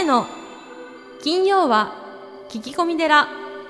谷の金曜は聞き込み寺。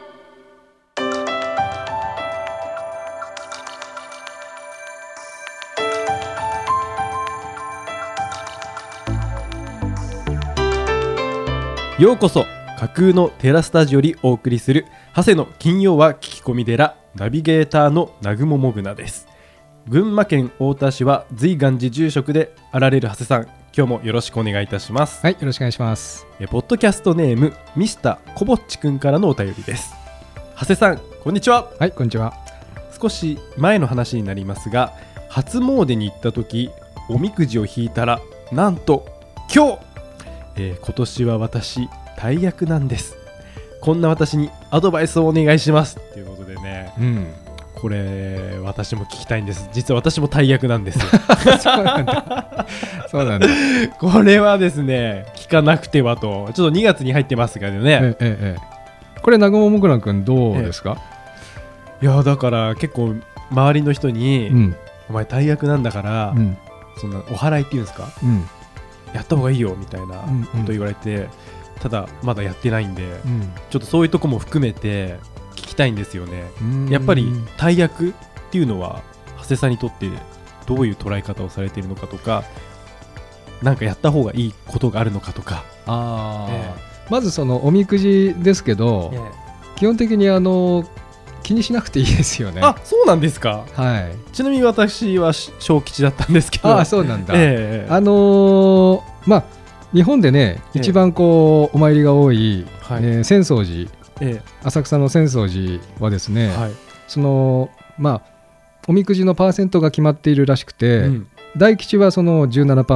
ようこそ架空のテラスタジオよりお送りする長谷の金曜は聞き込み寺、ナビゲーターの南雲もぐなです。群馬県太田市は随願寺住職であられる長谷さん、今日もよろしくお願いいたします。 はい、よろしくお願いします。 ポッドキャストネームミスターコボッチくんからのお便りです。長谷さん、こんにちは。 はい、こんにちは。 少し前の話になりますが、初詣に行った時おみくじを引いたらなんと今年は私大役なんです。こんな私にアドバイスをお願いしますということでね、これ私も聞きたいんです。実は私も大役なんですよ。 そうなんだ。そうなんだ。 これはですね、聞かなくてはと。ちょっと2月に入ってますからね。 これ南雲もぐらくんどうですか？ いやだから結構周りの人に、お前大役なんだから、そんなお祓いっていうんですか、やった方がいいよみたいなこと言われて、ただまだやってないんで、ちょっとそういうとこも含めて聞きたいんですよね。やっぱり大役っていうのは長谷さんにとってどういう捉え方をされているのかとか、なんかやった方がいいことがあるのかとか。 まずそのおみくじですけど、基本的に気にしなくていいですよね。 あ、そうなんですか。はい。ちなみに私は小吉だったんですけど。 あ、そうなんだ。まあ日本でね、一番こうお参りが多い、浅草寺、浅草の浅草寺はですね、そのおみくじのパーセントが決まっているらしくて、大吉はその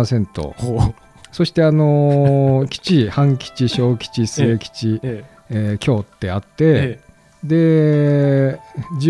17%、そして吉、半吉、小吉、末吉、凶ってあって、で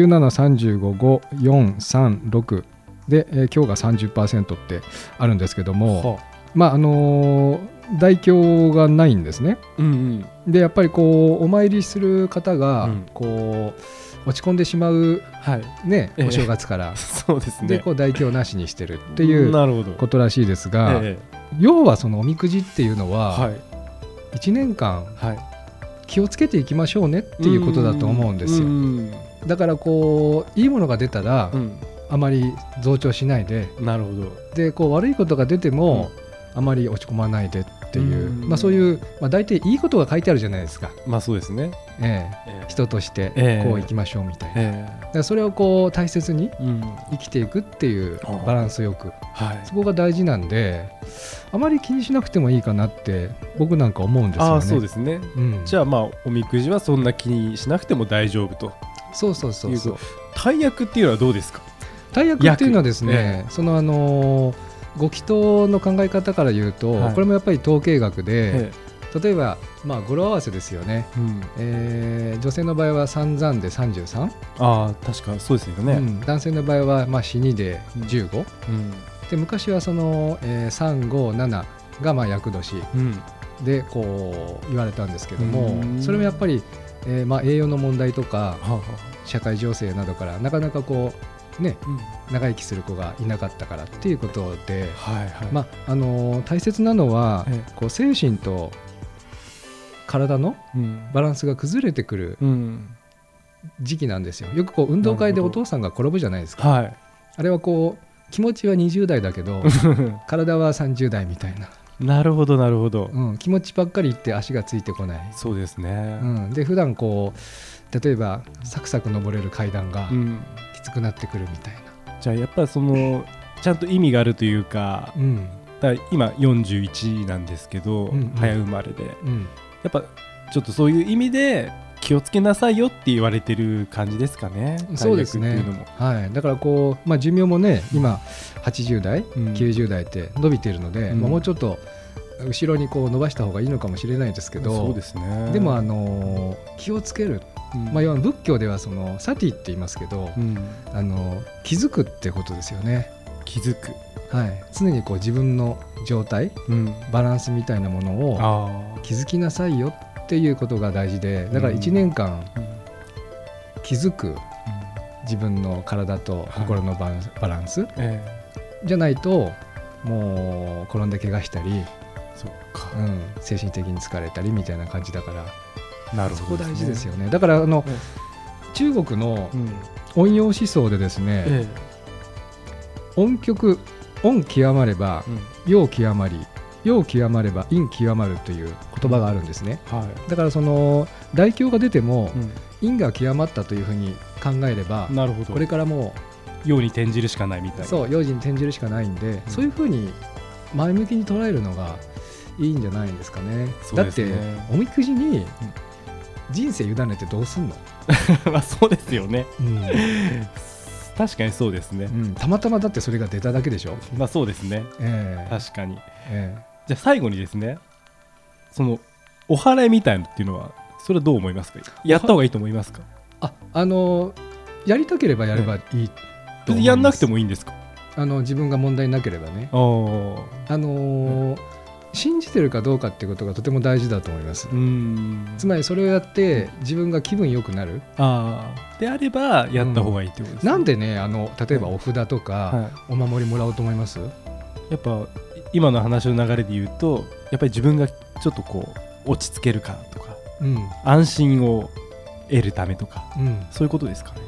17、35、5、4、3、6で、凶が 30% ってあるんですけども、大凶がないんですね。でやっぱりこうお参りする方がこう落ち込んでしまう、お正月からそうですね。 でこう大凶なしにしてるっていうことらしいですが、要はそのおみくじっていうのは、1年間、気をつけていきましょうねっていうことだと思うんですよ。だからこういいものが出たら、あまり増長しないで、でこう悪いことが出ても、あまり落ち込まないでっていう、そういう、大体いいことが書いてあるじゃないですか。 そうですね。 人としてこう生きましょうみたいな、だからそれをこう大切に生きていくっていうバランスよく、そこが大事なんで、あまり気にしなくてもいいかなって僕なんか思うんですよね。 そうですね。じゃあおみくじはそんな気にしなくても大丈夫と。そう。大役っていうのはどうですか？ 大役っていうのはですね、そのご祈祷の考え方から言うと、これもやっぱり統計学で、例えば語呂合わせですよね。女性の場合は三残で33。 確かそうですよね。 男性の場合は死にで15、で昔はその、3、5、7が厄年でこう言われたんですけども、それもやっぱり、栄養の問題とか、社会情勢などからなかなかこう長生きする子がいなかったからっていうことで、大切なのは、こう精神と体のバランスが崩れてくる時期なんですよ。よくこう運動会でお父さんが転ぶじゃないですか。あれはこう気持ちは20代だけど体は30代みたいな。 なるほどなるほど。 気持ちばっかりいって足がついてこない。 そうですね。 で普段こう例えばサクサク登れる階段がきつくなってくるみたいな。 じゃあやっぱりそのちゃんと意味があるというか、だから今41なんですけど、早生まれで、やっぱちょっとそういう意味で気をつけなさいよって言われてる感じですかね。 そうですね。だからこう、寿命もね今80代、90代って伸びているので、もうちょっと後ろにこう伸ばした方がいいのかもしれないですけど、 そうですね。 でも気をつける、要は仏教ではそのサティって言いますけど、気づくってことですよね。 気づく、 常にこう自分の状態、バランスみたいなものを気づきなさいよっていうことが大事で、だから1年間気づく、自分の体と心のバランス、じゃないともう転んで怪我したりそっか、精神的に疲れたりみたいな感じだから、 なるほどですね、 そこ大事ですよね。だから中国の音陽思想でですね、音極、音極まれば陽極まり、陽極まれば陰極まるという言葉があるんですね、だからその大凶が出ても、陰が極まったというふうに考えれば、 なるほど、 これからもう陽に転じるしかないみたいな、 そう、陽に転じるしかないんで、そういうふうに前向きに捉えるのがいいんじゃないんですかね。だっておみくじに人生委ねてどうすんのまあそうですよね、確かにそうですね、 たまたまだってそれが出ただけでしょ。 まあそうですね、確かに、じゃあ最後にですね、そのお祓いみたいなっていうのはそれはどう思いますか？やった方がいいと思いますか？ やりたければやればいいと思います。 やんなくてもいいんですか？ 自分が問題なければね。信じてるかどうかっていうことがとても大事だと思います。つまりそれをやって自分が気分良くなるであればやった方がいいってことですね。 なんでね、例えばお札とかお守りもらおうと思います？ やっぱ今の話の流れで言うと、やっぱり自分がちょっとこう落ち着けるかとか、安心を得るためとか、そういうことですかね。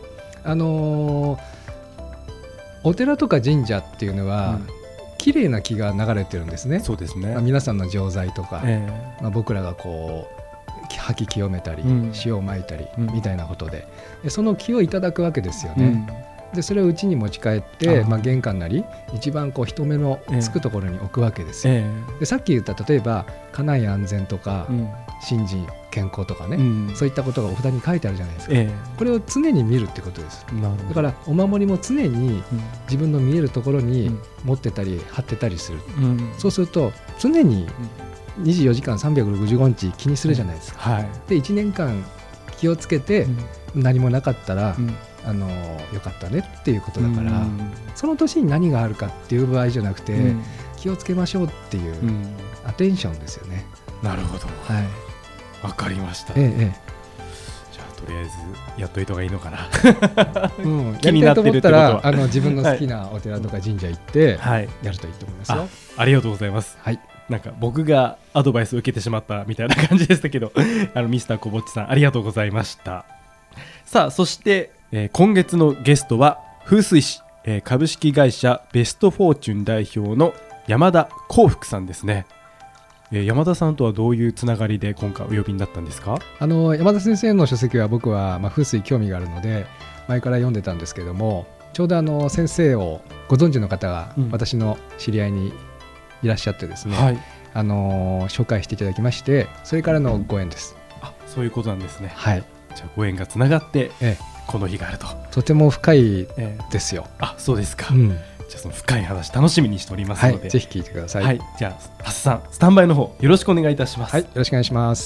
お寺とか神社っていうのは、綺麗な気が流れてるんですね。 そうですね。 皆さんの浄剤とか、僕らがこう吐き清めたり、塩をまいたりみたいなことで、その気をいただくわけですよね。でそれを家に持ち帰って、玄関なり一番こう人目のつくところに置くわけですよ。でさっき言った例えば家内安全とか、心身健康とかね、そういったことがお札に書いてあるじゃないですか。これを常に見るってことです。だからお守りも常に自分の見えるところに持ってたり貼ってたりする、そうすると常に24時間365日気にするじゃないですか。で1年間気をつけて何もなかったら、よかったねっていうことだから、その年に何があるかっていう場合じゃなくて、気をつけましょうっていうアテンションですよね。 なるほど、わかりました。じゃあとりあえずやっといた方がいいのかな。 気になってるってことは自分の好きなお寺とか神社行ってやるといいと思いますよ。 ありがとうございます。なんか僕がアドバイスを受けてしまったみたいな感じでしたけどミスターこぼっちさんありがとうございました。さあそして、今月のゲストは風水師、株式会社ベストフォーチュン代表の山田幸福さんですね。山田さんとはどういうつながりで今回お呼びになったんですか？ 山田先生の書籍は僕は、風水興味があるので前から読んでたんですけども、ちょうど先生をご存知の方が私の知り合いにいらっしゃってですね、紹介していただきまして、それからのご縁です。 そういうことなんですね。じゃあご縁がつながって、この日があると。 とても深いですよ。 そうですか。じゃあその深い話楽しみにしておりますので、 ぜひ聞いてください。 じゃあハスさんスタンバイの方よろしくお願いいたします。 よろしくお願いします。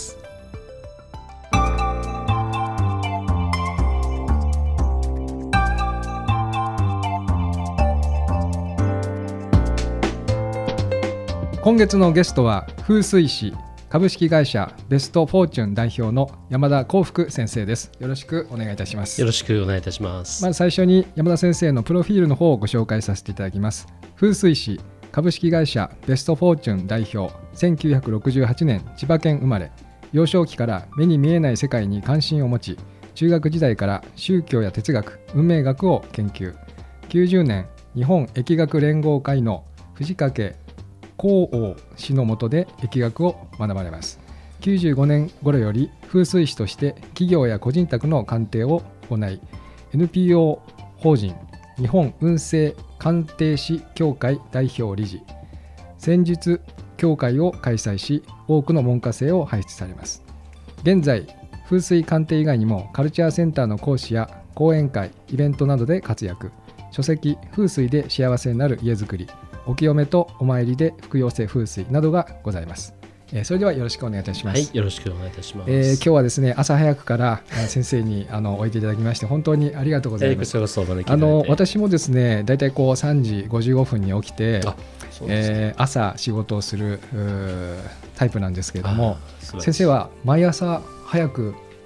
今月のゲストは風水師株式会社ベストフォーチュン代表の山田幸福先生です。よろしくお願いいたします。 よろしくお願いいたします。 まず最初に山田先生のプロフィールの方をご紹介させていただきます。風水師株式会社ベストフォーチュン代表、1968年千葉県生まれ、幼少期から目に見えない世界に関心を持ち、中学時代から宗教や哲学、運命学を研究。90年日本易学連合会の藤掛光王氏の下で易学を学ばれます。95年頃より風水師として企業や個人宅の鑑定を行い、 NPO 法人日本運勢鑑定士協会代表理事、戦術協会を開催し、多くの門下生を輩出されます。現在風水鑑定以外にもカルチャーセンターの講師や講演会、イベントなどで活躍。書籍風水で幸せになる家づくり、お清めとお参りで福寄せ風水などがございます。それではよろしくお願いいたします。 よろしくお願いいたします。 今日はですね、朝早くから先生においていただきまして本当にありがとうございます。私もですね、だいたい3時55分に起きて、朝仕事をするタイプなんですけれども、先生は毎朝早く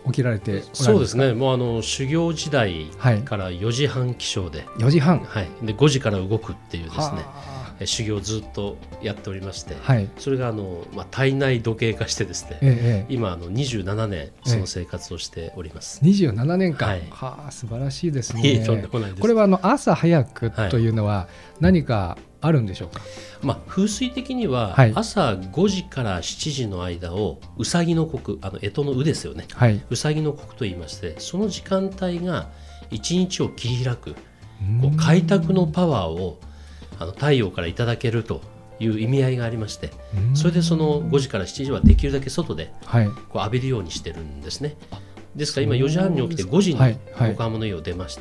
起きられておられるんですか？ そうですね、もう修行時代から4時半起床で、 4時半、 はい、で5時から動くっていうですね、修行をずっとやっておりまして、それが体内時計化してですね、今27年その生活をしております。 27年間、素晴らしいですね。 とんでもないです。 これは朝早くというのは何かあるんでしょうか？ 風水的には朝5時から7時の間をうさぎの刻、干支のうですよね、うさぎの刻と言いまして、その時間帯が一日を切り開く開拓のパワーを太陽からいただけるという意味合いがありまして、それでその5時から7時はできるだけ外でこう浴びるようにしてるんですね。ですから今4時半に起きて5時に横浜の家を出まして、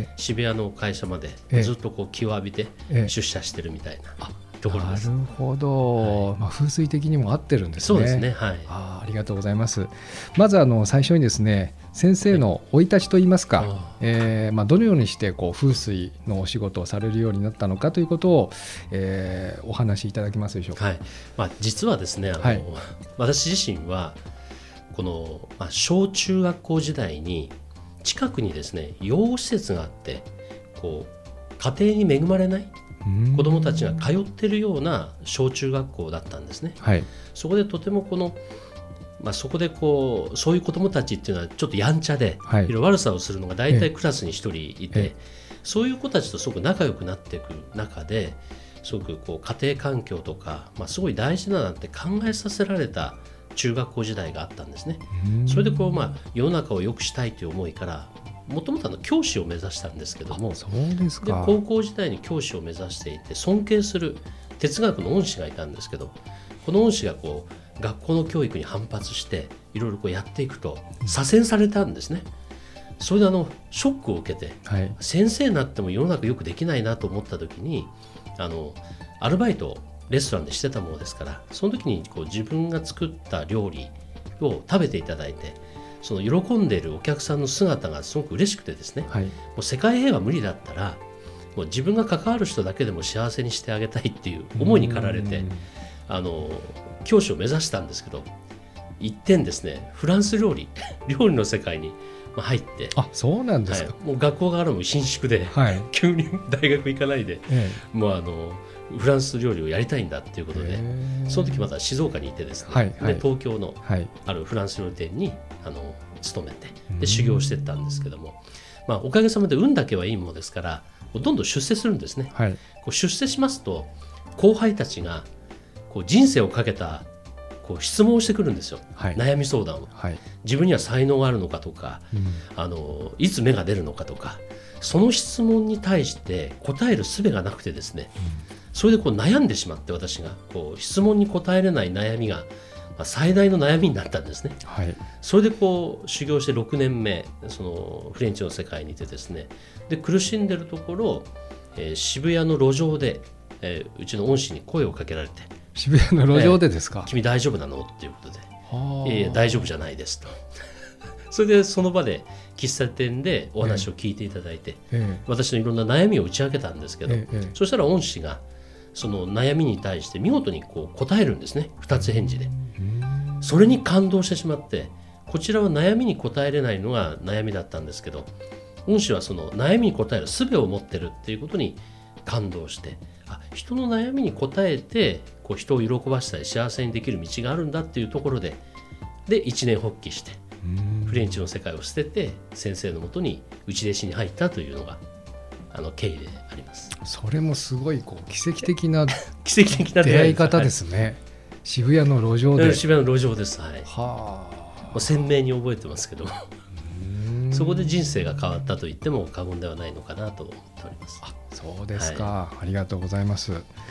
渋谷の会社までずっとこう気を浴びて出社してるみたいなところです。 なるほど、風水的にも合ってるんですね。 そうですね、 ありがとうございます。まず最初にですね、先生の生い立ちといいますか、どのようにしてこう風水のお仕事をされるようになったのかということを、お話しいただけますでしょうか？ 実はですね、私自身はこの、小中学校時代に近くにですね養護施設があって、こう家庭に恵まれない子どもたちが通っているような小中学校だったんですね。そこでとてもそこでそういう子どもたちっていうのはちょっとやんちゃで、いろいろ悪さをするのが大体クラスに1人いて、そういう子たちとすごく仲良くなっていく中で、すごく家庭環境とか、すごい大事だなんて考えさせられた中学校時代があったんですね。それで世の中を良くしたいという思いから、もともと教師を目指したんですけども、 そうですか。 で高校時代に教師を目指していて、尊敬する哲学の恩師がいたんですけど、この恩師が学校の教育に反発していろいろやっていくと左遷されたんですね。それでショックを受けて、先生になっても世の中よくできないなと思った時に、アルバイトをレストランでしてたものですから、その時に自分が作った料理を食べていただいて、その喜んでいるお客さんの姿がすごく嬉しくてですね、もう世界平和無理だったらもう自分が関わる人だけでも幸せにしてあげたいっていう思いに駆られて、教師を目指したんですけど、一転ですね、フランス料理の世界に入って、 そうなんですか。 もう学校側も伸縮で、急に大学行かないで、もうフランス料理をやりたいんだっていうことで、その時また静岡にいてですね、で東京のあるフランス料理店に勤めて、で修行していったんですけども、おかげさまで運だけはいいものですから、どんどん出世するんですね。出世しますと後輩たちが人生をかけた質問をしてくるんですよ、悩み相談を、自分には才能があるのかとか、いつ芽が出るのかとか、その質問に対して答える術がなくてですね、それで悩んでしまって、私が質問に答えれない悩みが最大の悩みになったんですね。それで修行して6年目、そのフレンチの世界にいてですね、で苦しんでるところ、渋谷の路上で、うちの恩師に声をかけられて、 渋谷の路上でですか？ 君大丈夫なのっていうことで、大丈夫じゃないですとそれでその場で喫茶店でお話を聞いていただいて、私のいろんな悩みを打ち明けたんですけど、そしたら恩師がその悩みに対して見事に答えるんですね、二つ返事で。それに感動してしまって、こちらは悩みに答えれないのが悩みだったんですけど、恩師はその悩みに答える術を持ってるっていうことに感動して、人の悩みに答えて人を喜ばせたり幸せにできる道があるんだっていうところで、一年発起してフレンチの世界を捨てて先生のもとに内弟子に入ったというのが経緯であります。 それもすごい奇跡的な奇跡的な出会い方ですね。渋谷の路上で。 渋谷の路上です。鮮明に覚えてますけどそこで人生が変わったと言っても過言ではないのかなと思っております。 そうですか、ありがとうございます。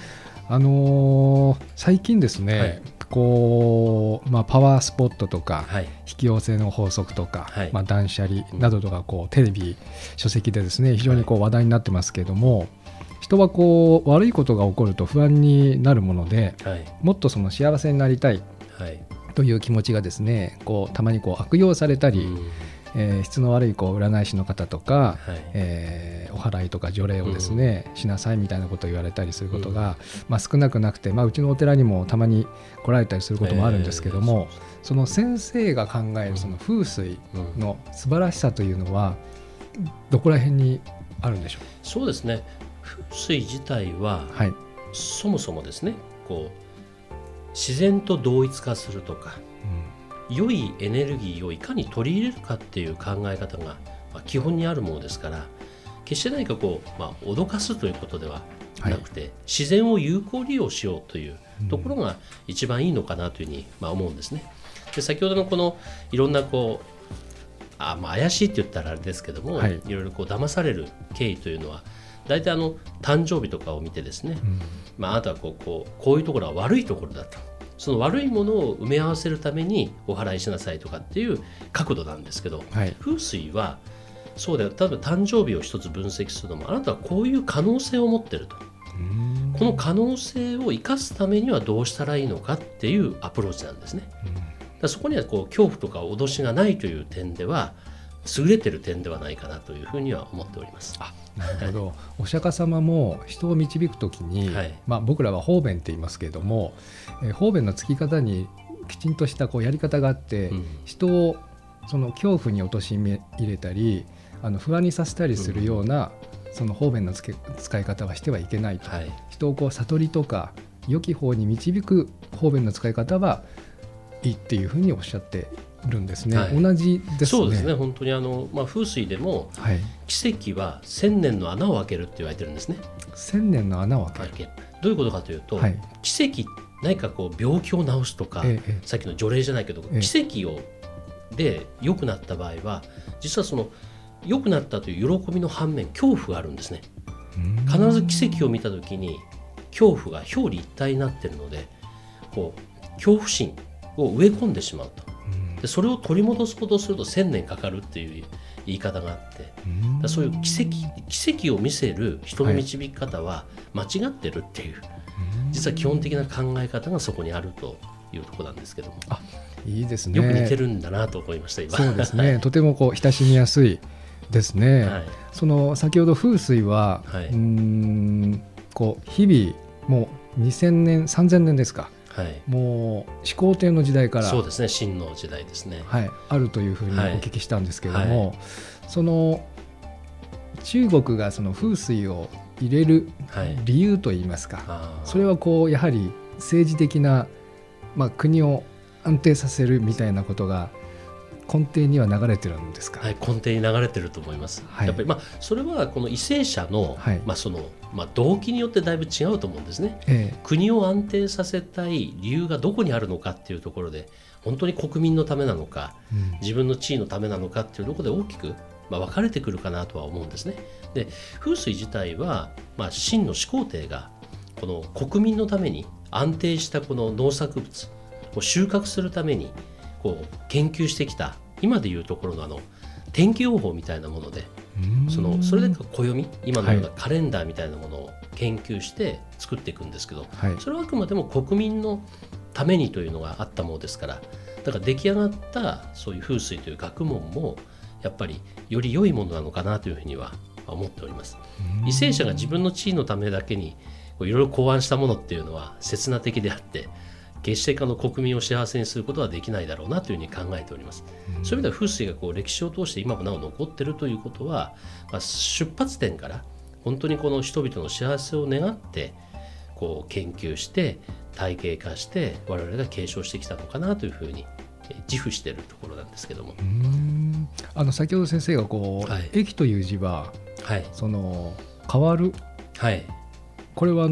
最近ですね、パワースポットとか、引き寄せの法則とか、断捨離などとかテレビ書籍でですね非常に話題になってますけれども、人は悪いことが起こると不安になるもので、もっとその幸せになりたいという気持ちがですねたまに悪用されたり、 質の悪い占い師の方とか、お祓いとか除霊をですね、しなさいみたいなことを言われたりすることが、少なくなくて、うちのお寺にもたまに来られたりすることもあるんですけども、その先生が考えるその風水の素晴らしさというのはどこら辺にあるんでしょう？ そうですね、風水自体は、そもそもですね、自然と同一化するとか、良いエネルギーをいかに取り入れるかっていう考え方が、基本にあるものですから、決して何か脅かすということではなくて、自然を有効利用しようというところが一番いいのかなというふうに思うんですね。で、先ほどのこのいろんな怪しいって言ったらあれですけども、いろいろ騙される経緯というのは、大体誕生日とかを見てですね、あなたはこういうところは悪いところだと、その悪いものを埋め合わせるためにお祓いしなさいとかっていう角度なんですけど、風水はそうだよ。例えば誕生日を一つ分析するのも、あなたはこういう可能性を持ってると、この可能性を生かすためにはどうしたらいいのかっていうアプローチなんですね。だそこには恐怖とか脅しがないという点では優れてる点ではないかなというふうには思っております。 なるほど。お釈迦様も人を導くときに、僕らは方便って言いますけれども、方便のつき方にきちんとしたやり方があって、人をその恐怖に陥れたり不安にさせたりするような、その方便の使い方はしてはいけないと、人を悟りとか良き方に導く方便の使い方はいいっていうふうにおっしゃってるんですね。同じですね。 そうですね。本当に風水でも、奇跡は1000年の穴を開けるって言われてるんですね。 1000年の穴を開ける。 どういうことかというと、奇跡、何か病気を治すとか、さっきの除霊じゃないけど、奇跡で良くなった場合は、実はその良くなったという喜びの反面、恐怖があるんですね。必ず奇跡を見たときに恐怖が表裏一体になっているので、恐怖心を植え込んでしまうと。でそれを取り戻すことをすると1000年かかるっていう言い方があって、そういう奇跡を見せる人の導き方は間違ってるっていう、実は基本的な考え方がそこにあるというところなんですけども。 いいですね。 よく似てるんだなと思いました今。 そうですね。とても親しみやすいですね。その先ほど風水は、日々もう2000年3000年ですか、もう始皇帝の時代から、 そうですね、秦の時代ですね、 あるというふうにお聞きしたんですけれども、その中国がその風水を入れる理由といいますか、それはやはり政治的な、国を安定させるみたいなことが根底には流れてるんですか？ 根底に流れてると思います。やっぱりそれはこの為政者の、その動機によってだいぶ違うと思うんですね。国を安定させたい理由がどこにあるのかっていうところで、本当に国民のためなのか、自分の地位のためなのかっていうところで大きく分かれてくるかなとは思うんですね。で、風水自体は、秦の始皇帝がこの国民のために安定したこの農作物を収穫するために研究してきた、今でいうところの天気予報みたいなもので、それで暦、今のようなカレンダーみたいなものを研究して作っていくんですけど、それはあくまでも国民のためにというのがあったものですから、だから出来上がったそういう風水という学問もやっぱりより良いものなのかなというふうには思っております。為政者が自分の地位のためだけにいろいろ考案したものっていうのは刹那的であって、決して国民を幸せにすることはできないだろうなというふうに考えております。そういう意味では風水が歴史を通して今もなお残っているということは、出発点から本当にこの人々の幸せを願って研究して体系化して我々が継承してきたのかなというふうに自負しているところなんですけども。 先ほど先生が駅という字は、その変わる、これは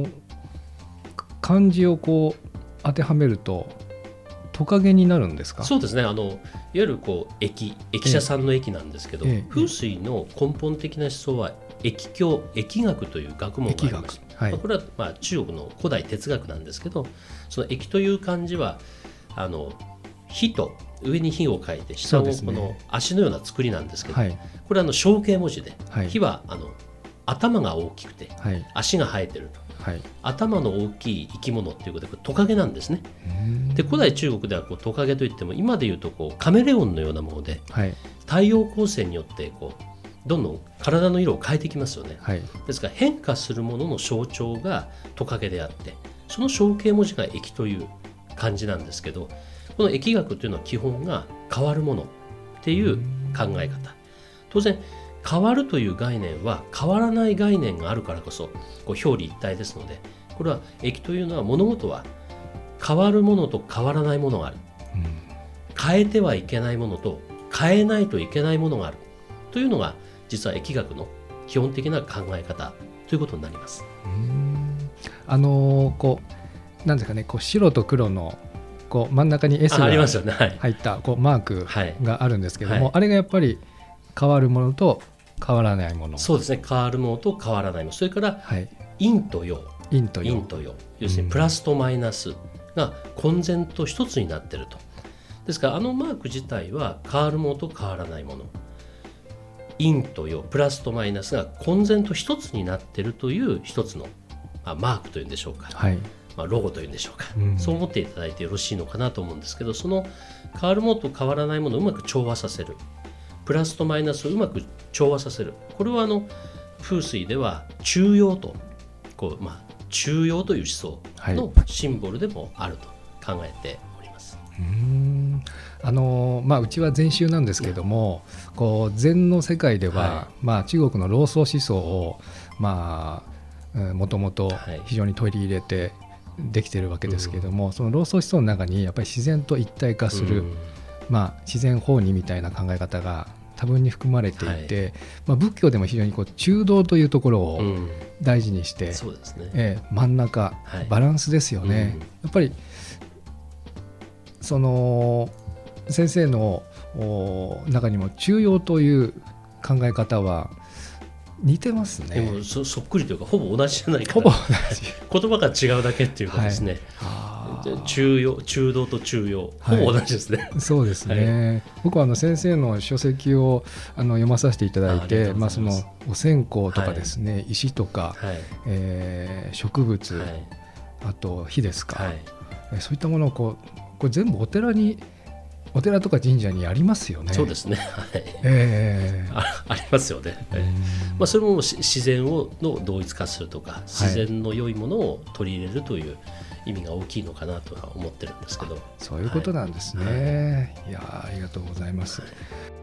漢字を当てはめるとトカゲになるんですか？ そうですね。いわゆる駅舎さんの駅なんですけど、風水の根本的な思想は易経、易学という学問があります。これは中国の古代哲学なんですけど、その易という漢字は火と上に火を書いて下をこの足のような作りなんですけど、これは象形文字で、火は頭が大きくて足が生えてると、頭の大きい生き物っていうことでトカゲなんですね。で、古代中国ではトカゲといっても今でいうとカメレオンのようなもので、 太陽光線によってどんどん体の色を変えてきますよね、はい、ですから変化するものの象徴がトカゲであって、その象形文字が易という漢字なんですけど、この易学というのは基本が変わるものっていう考え方。当然変わるという概念は変わらない概念があるからこそ表裏一体ですので、これは易というのは物事は変わるものと変わらないものがある、変えてはいけないものと変えないといけないものがあるというのが実は易学の基本的な考え方ということになります。 なんですかね、白と黒の真ん中に S が入ったマークがあるんですけども、あれがやっぱり変わるものと変わらないもの。 そうですね、変わるものと変わらないもの、それから陰と陽、要するにプラスとマイナスが混然と一つになっていると。ですからマーク自体は変わるものと変わらないもの、陰と陽プラスとマイナスが混然と一つになっているという一つの、マークというんでしょうか、はい、ロゴというんでしょうか、そう思っていただいてよろしいのかなと思うんですけど、その変わるものと変わらないものをうまく調和させる、プラスとマイナスをうまく調和させる、これは風水では中庸と中庸という思想のシンボルでもあると考えております。 うちは禅宗なんですけども、禅の世界では、中国の老荘思想をもともと非常に取り入れてできているわけですけれども、その老荘思想の中にやっぱり自然と一体化する、自然法理みたいな考え方が多分に含まれていて、仏教でも非常に中道というところを大事にして、 そうですね、 真ん中、バランスですよね。やっぱりその先生の中にも中庸という考え方は似てますね。 でも そっくりというかほぼ同じじゃないかな、ほぼ同じ言葉が違うだけっていうかですね、中道と中庸、ほぼ同じですね。 そうですね、僕は先生の書籍を読まさせていただいて、そのお線香とかですね、石とか、植物、あと火ですか、そういったものをこれ全部お寺とか神社にありますよね。 そうですね、ありますよね。それも自然の同一化するとか、自然の良いものを取り入れるという意味が大きいのかなとは思ってるんですけど。 そういうことなんですね。いや、ありがとうございます。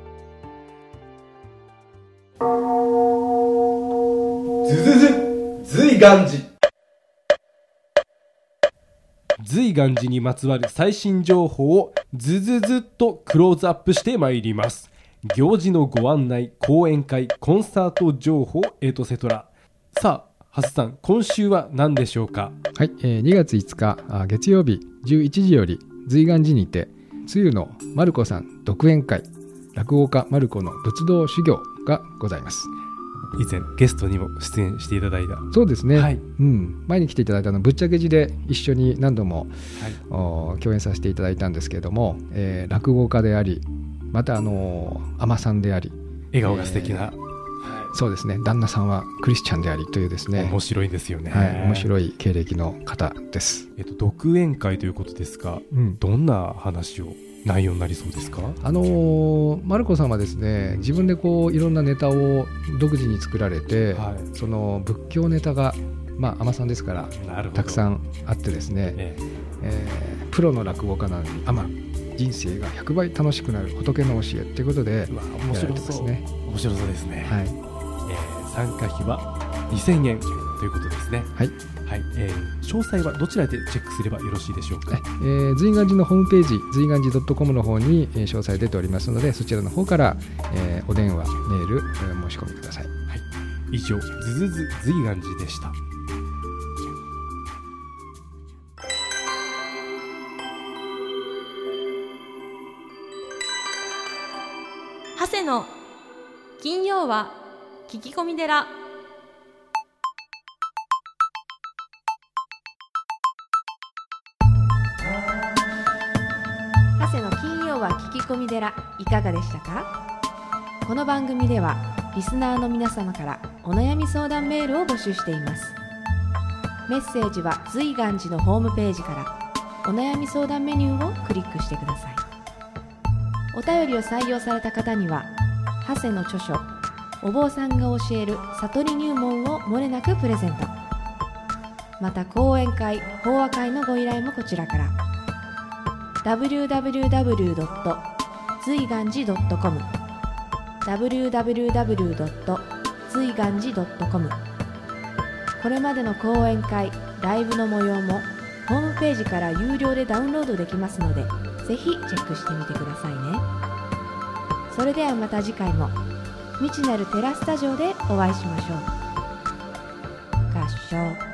随願寺。随願寺にまつわる最新情報をずっとクローズアップしてまいります。行事のご案内、講演会、コンサート情報、エトセトラ。さあ、ハスさん、今週は何でしょうか。 はい、2月5日月曜日11時より随願寺にてつゆのまる子さん独演会、落語家まる子の仏道修行がございます。 以前ゲストにも出演していただいた。 そうですね、前に来ていただいたぶっちゃけ寺で一緒に何度も、共演させていただいたんですけれども、落語家であり、また海さんであり、 笑顔が素敵な、 そうですね、旦那さんはクリスチャンでありというですね、 面白いですよね、 面白い経歴の方です。 独演会ということですが、どんな話を内容になりそうですか。 まる子さんはですね、自分でいろんなネタを独自に作られて、その仏教ネタが海さんですからたくさんあってですね、プロの落語家なのに人生が100倍楽しくなる仏の教えということで面白そうですね。参加費は2000円ということですね。詳細はどちらでチェックすればよろしいでしょうか。 随願寺のホームページ、随願寺 .com の方に詳細出ておりますので、そちらの方からお電話、メール申し込みください。 以上、随願寺でした。 長谷の金曜は聞き込み寺。 長谷の金曜は聞き込み寺、いかがでしたか。この番組ではリスナーの皆様からお悩み相談メールを募集しています。メッセージは随願寺のホームページからお悩み相談メニューをクリックしてください。お便りを採用された方には長谷の著書お坊さんが教える悟り入門をもれなくプレゼント。また講演会法話会のご依頼もこちらから。www. 随願寺 .com www. 随願寺 .com。 これまでの講演会ライブの模様もホームページから有料でダウンロードできますので、ぜひチェックしてみてくださいね。それではまた次回も未知なるテラスタジオでお会いしましょう。合唱。